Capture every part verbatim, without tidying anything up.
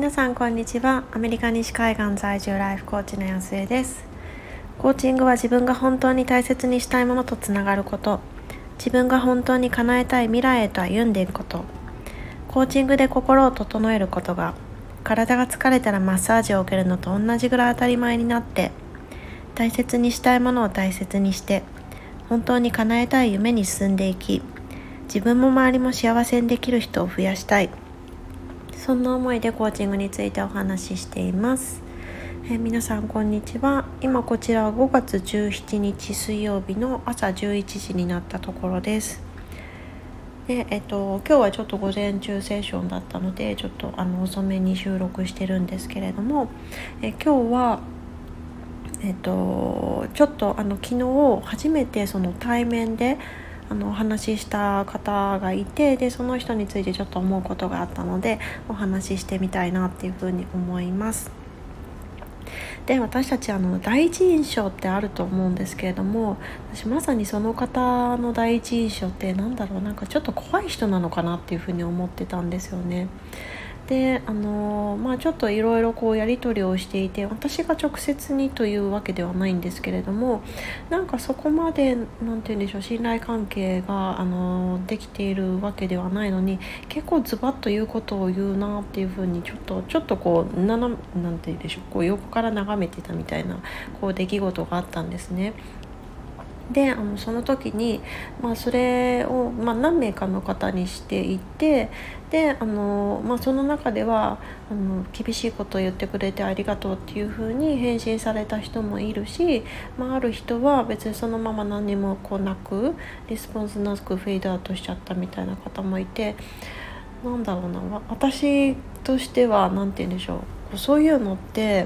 皆さんこんにちは。アメリカ西海岸在住ライフコーチの安江です。コーチングは自分が本当に大切にしたいものとつながること、自分が本当に叶えたい未来へと歩んでいくこと、コーチングで心を整えることが体が疲れたらマッサージを受けるのと同じぐらい当たり前になって、大切にしたいものを大切にして本当に叶えたい夢に進んでいき、自分も周りも幸せにできる人を増やしたい、そんな思いでコーチングについてお話ししています。えー、皆さんこんにちは。今こちらはごがつじゅうしちにち水曜日の朝じゅういちじになったところです。で、えっと、今日はちょっと午前中セッションだったのでちょっとあの遅めに収録してるんですけれども、え今日はえっと、ちょっとあの昨日初めてその対面であのお話しした方がいて、でその人についてちょっと思うことがあったのでお話ししてみたいなっていうふうに思います。で、私たちあの第一印象ってあると思うんですけれども、私まさにその方の第一印象ってなんだろうなんかちょっと怖い人なのかなっていうふうに思ってたんですよね。であのまあ、ちょっといろいろこうやり取りをしていて、私が直接にというわけではないんですけれども、なんかそこまでなんて言うんでしょう、信頼関係があのできているわけではないのに、結構ズバッと言うことを言うなっていうふうにちょっとちょっとこうなななんて言うんでしょう、こう横から眺めてたみたいなこう出来事があったんですね。であのその時に、まあ、それを、まあ、何名かの方にしていて、であの、まあ、その中ではあの厳しいことを言ってくれてありがとうっていう風に返信された人もいるし、まあ、ある人は別にそのまま何にもこうなくレスポンスなくフェードアウトしちゃったみたいな方もいて、なんだろうな、私としてはなんて言うんでしょう、そういうのって、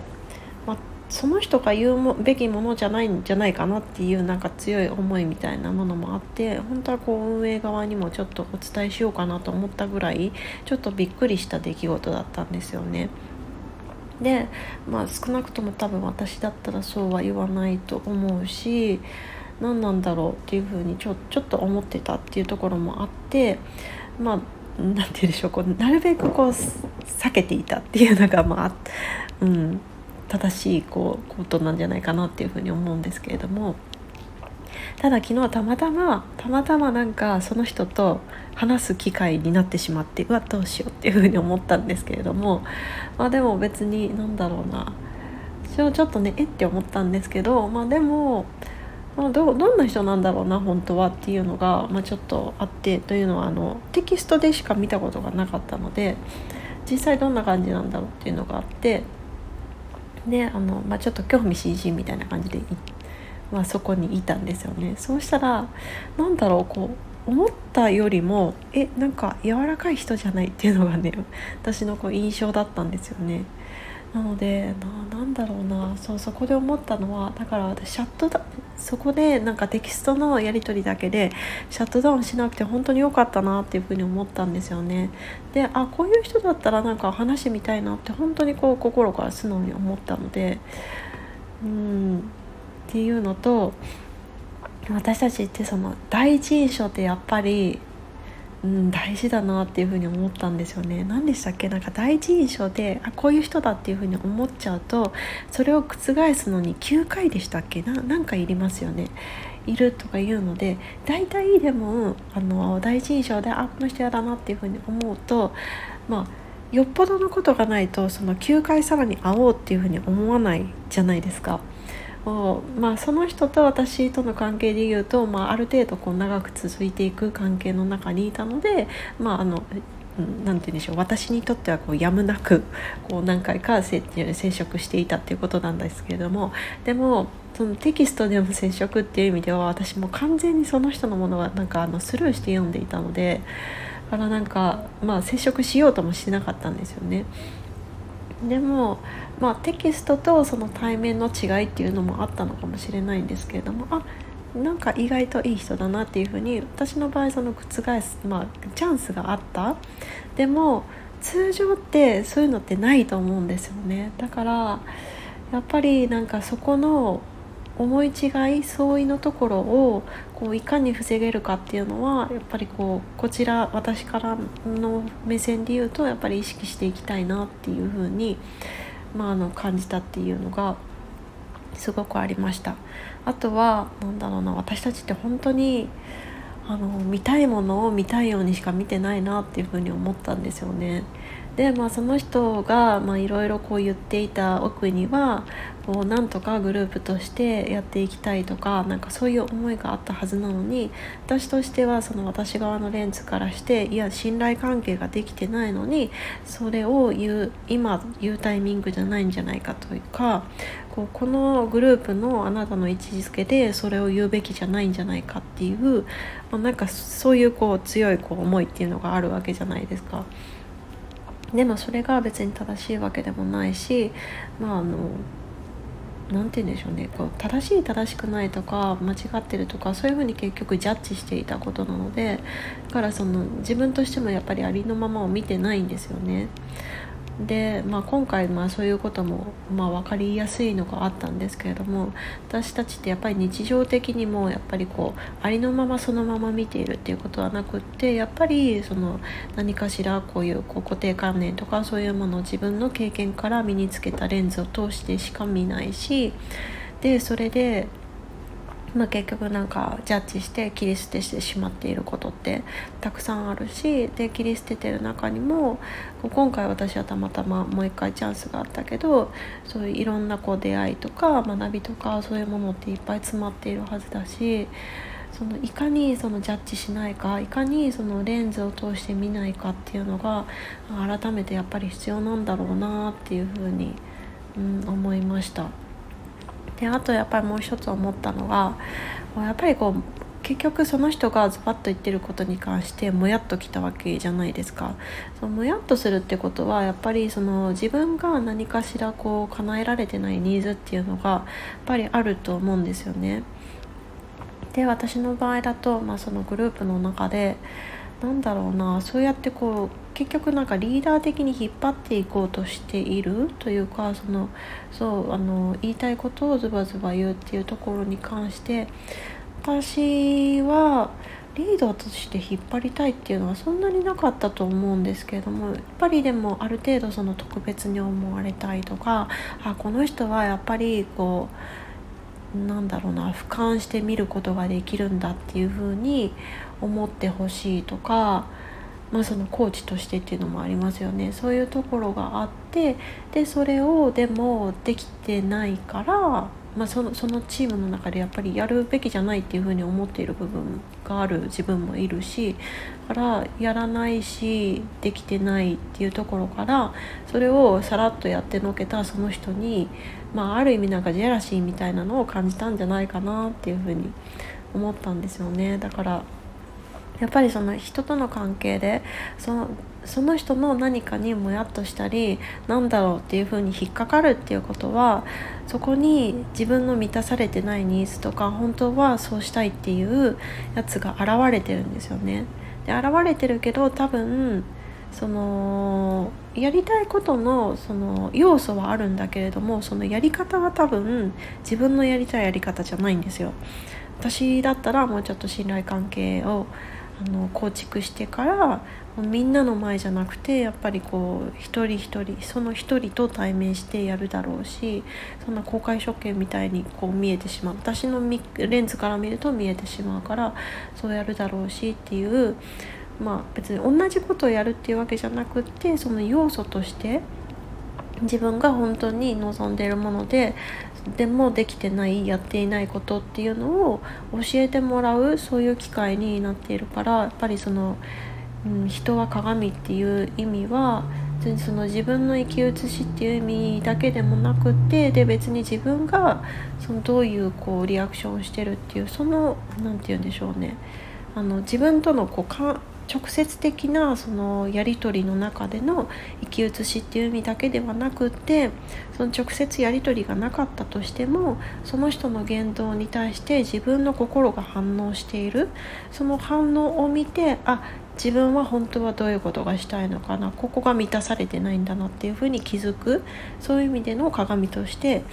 まあその人が言うべきものじゃないんじゃないかなっていうなんか強い思いみたいなものもあって、本当はこう運営側にもちょっとお伝えしようかなと思ったぐらいちょっとびっくりした出来事だったんですよね。で、まあ、少なくとも多分私だったらそうは言わないと思うし、何なんだろうっていうふうにちょ、ちょっと思ってたっていうところもあって、まあなんて言うんでしょう、こうなるべくこう避けていたっていうのがまあうん正しいこうことなんじゃないかなっていうふうに思うんですけれども、ただ昨日はたまたまたまたまなんかその人と話す機会になってしまって、うわどうしようっていうふうに思ったんですけれども、まあでも別になんだろうな、ちょっとねえって思ったんですけど、まあでもまあ、ど, どんな人なんだろうな本当はっていうのが、まあ、ちょっとあって、というのはあのテキストでしか見たことがなかったので、実際どんな感じなんだろうっていうのがあって、であの、まあ、ちょっと興味津々みたいな感じで、まあ、そこにいたんですよね。そうしたらなんだろう、こう思ったよりもえなんか柔らかい人じゃないっていうのがね、私のこう印象だったんですよね。なので な, なんだろうな、そうそこで思ったのは、だから私シャットダそこでなんかテキストのやり取りだけでシャットダウンしなくて本当に良かったなっていうふうに思ったんですよね。で、あこういう人だったらなんか話してみたいなって本当にこう心から素直に思ったので、うんっていうのと、私たちってその第一印象ってやっぱりうん、大事だなっていうふうに思ったんですよね。何でしたっけ、なんか第一印象であこういう人だっていうふうに思っちゃうと、それを覆すのにきゅうかいでしたっけ な, なんかいりますよね、いるとかいうので、大体でもあの第一印象であこの人やだなっていうふうに思うと、まあよっぽどのことがないとそのきゅうかいさらに会おうっていうふうに思わないじゃないですか。まあ、その人と私との関係でいうと、まあ、ある程度こう長く続いていく関係の中にいたので、まああのなんて言うんでしょう、私にとってはこうやむなくこう何回か接触していたっていうことなんですけれども、でもそのテキストでの接触っていう意味では私も完全にその人のものはなんかあのスルーして読んでいたので、だからなんか、まあ、接触しようともしなかったんですよね。でも、まあ、テキストとその対面の違いっていうのもあったのかもしれないんですけれども、あなんか意外といい人だなっていうふうに私の場合その覆す、まあ、チャンスがあった。でも通常ってそういうのってないと思うんですよね。だからやっぱりなんかそこの思い違い相違のところをこういかに防げるかっていうのはやっぱりこうこちら私からの目線で言うとやっぱり意識していきたいなっていうふうに、まあ、あの感じたっていうのがすごくありました。あとはなんだろうな、私たちって本当にあの見たいものを見たいようにしか見てないなっていうふうに思ったんですよね。で、まあ、その人がいろいろ言っていた奥にはこうなんとかグループとしてやっていきたいとか、なんかそういう思いがあったはずなのに、私としてはその私側のレンズからしていや信頼関係ができてないのにそれを言う今言うタイミングじゃないんじゃないかというか、こうこのグループのあなたの位置づけでそれを言うべきじゃないんじゃないかっていう、まあ、なんかそういうこう強いこう思いっていうのがあるわけじゃないですか。でもそれが別に正しいわけでもないし、まああのなんて言うんでしょうね、こう正しい正しくないとか間違ってるとかそういうふうに結局ジャッジしていたことなので、だからその自分としてもやっぱりありのままを見てないんですよね。で、まあ、今回まあそういうこともまあ分かりやすいのがあったんですけれども、私たちってやっぱり日常的にもやっぱりこうありのままそのまま見ているっていうことはなくって、やっぱりその何かしらこういうこう固定観念とかそういうものを自分の経験から身につけたレンズを通してしか見ないし、でそれでまあ、結局なんかジャッジして切り捨てしてしまっていることってたくさんあるし、で切り捨ててる中にも今回私はたまたまもう一回チャンスがあったけど、そういういろんなこう出会いとか学びとかそういうものっていっぱい詰まっているはずだし、そのいかにそのジャッジしないか、いかにそのレンズを通して見ないかっていうのが改めてやっぱり必要なんだろうなっていうふうに、うん、思いました。であとやっぱりもう一つ思ったのが、やっぱりこう結局その人がズバッと言ってることに関してもやっときたわけじゃないですか。そのもやっとするってことはやっぱりその自分が何かしらこう叶えられてないニーズっていうのがやっぱりあると思うんですよね。で私の場合だと、まあ、そのグループの中でなんだろうな、そうやってこう結局なんかリーダー的に引っ張っていこうとしているというか、そのそうあの言いたいことをズバズバ言うっていうところに関して私はリーダーとして引っ張りたいっていうのはそんなになかったと思うんですけれども、やっぱりでもある程度その特別に思われたいとか、あこの人はやっぱりこうなんだろうな俯瞰して見ることができるんだっていう風に思ってほしいとか、まあ、そのコーチとしてっていうのもありますよね。そういうところがあって、でそれをでもできてないから、まあ、そのそのチームの中でやっぱりやるべきじゃないっていうふうに思っている部分がある自分もいるし、だからやらないしできてないっていうところからそれをさらっとやってのけたその人に、まあ、ある意味なんかジェラシーみたいなのを感じたんじゃないかなっていうふうに思ったんですよね。だからやっぱりその人との関係でその、その人の何かにもやっとしたりなんだろうっていう風に引っかかるっていうことは、そこに自分の満たされてないニーズとか本当はそうしたいっていうやつが現れてるんですよね。で現れてるけど多分そのやりたいことのその要素はあるんだけれども、そのやり方は多分自分のやりたいやり方じゃないんですよ。私だったらもうちょっと信頼関係をあの構築してからみんなの前じゃなくてやっぱりこう一人一人その一人と対面してやるだろうし、そんな公開処刑みたいにこう見えてしまう、私のレンズから見ると見えてしまうからそうやるだろうしっていう、まあ別に同じことをやるっていうわけじゃなくって、その要素として自分が本当に望んでいるものででもできてないやっていないことっていうのを教えてもらう、そういう機会になっているから、やっぱりその、うん、人は鏡っていう意味はその自分の生き写しっていう意味だけでもなくて、で別に自分がそのどういうこうリアクションをしてるっていうそのなんて言うんでしょうね、あの自分とのこうか直接的なそのやり取りの中での生き写しっていう意味だけではなくって、その直接やり取りがなかったとしてもその人の言動に対して自分の心が反応している、その反応を見て、あ自分は本当はどういうことがしたいのかな、ここが満たされてないんだなっていうふうに気づく、そういう意味での鏡として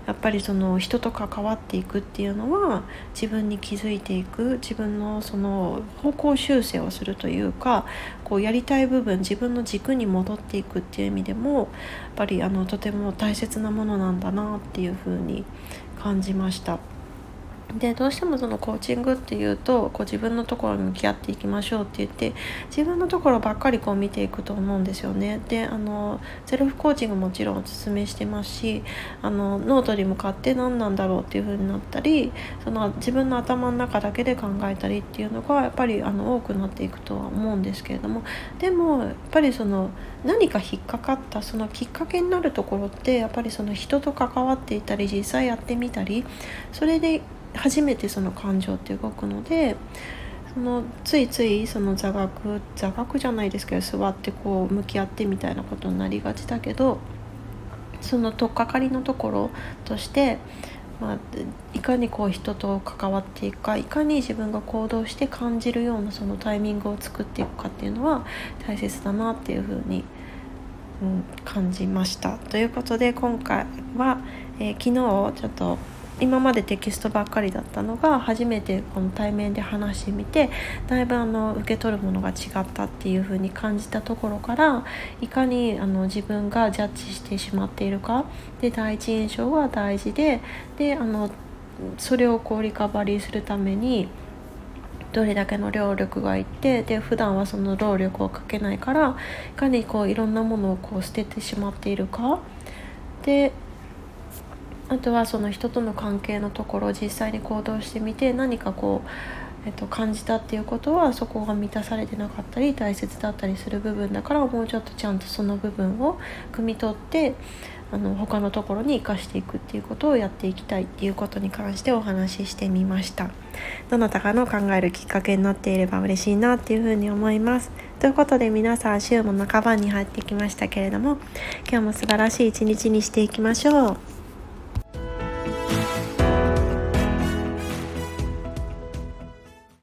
やっぱりその人と関わっていくっていうのは自分に気づいていく、自分のその方向修正をするというか、こうやりたい部分、自分の軸に戻っていくっていう意味でもやっぱりあのとても大切なものなんだなっていうふうに感じました。でどうしてもそのコーチングっていうとこう自分のところに向き合っていきましょうって言って自分のところばっかりこう見ていくと思うんですよね。であのセルフコーチングもちろんお勧めしてますし、あのノートに向かって何なんだろうっていう風になったり、その自分の頭の中だけで考えたりっていうのがやっぱりあの多くなっていくとは思うんですけれども、でもやっぱりその何か引っかかったそのきっかけになるところってやっぱりその人と関わっていたり実際やってみたり、それで初めてその感情って動くので、そのついついその座学座学じゃないですけど座ってこう向き合ってみたいなことになりがちだけど、その取っかかりのところとして、まあ、いかにこう人と関わっていくか、いかに自分が行動して感じるようなそのタイミングを作っていくかっていうのは大切だなっていうふうに、うん、感じました。ということで今回は、えー、昨日ちょっと今までテキストばっかりだったのが初めてこの対面で話してみてだいぶあの受け取るものが違ったっていう風に感じたところから、いかにあの自分がジャッジしてしまっているかで、第一印象は大事で、であのそれをこうリカバリーするためにどれだけの労力がいって、で普段はその労力をかけないから、いかにこういろんなものをこう捨ててしまっているかで、あとはその人との関係のところを実際に行動してみて何かこう、えっと、感じたっていうことはそこが満たされてなかったり大切だったりする部分だから、もうちょっとちゃんとその部分を汲み取ってあの他のところに生かしていくっていうことをやっていきたいっていうことに関してお話ししてみました。どなたかの考えるきっかけになっていれば嬉しいなっていうふうに思います。ということで皆さん週も半ばに入ってきましたけれども、今日も素晴らしい一日にしていきましょう。